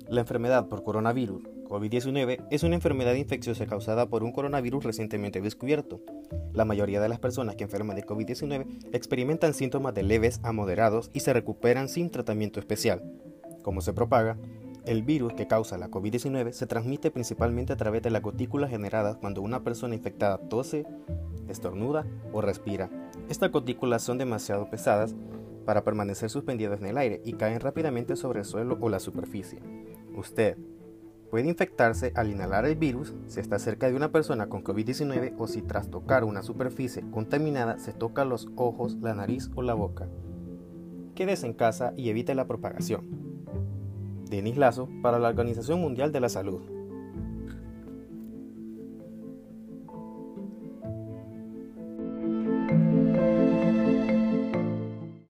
La enfermedad por coronavirus, COVID-19, es una enfermedad infecciosa causada por un coronavirus recientemente descubierto. La mayoría de las personas que enferman de COVID-19 experimentan síntomas de leves a moderados y se recuperan sin tratamiento especial. ¿Cómo se propaga? El virus que causa la COVID-19 se transmite principalmente a través de las gotículas generadas cuando una persona infectada tose, estornuda o respira. Estas gotículas son demasiado pesadas para permanecer suspendidas en el aire y caen rápidamente sobre el suelo o la superficie. Usted puede infectarse al inhalar el virus si está cerca de una persona con COVID-19 o si tras tocar una superficie contaminada se toca los ojos, la nariz o la boca. Quédese en casa y evite la propagación. Denis Lazo para la Organización Mundial de la Salud.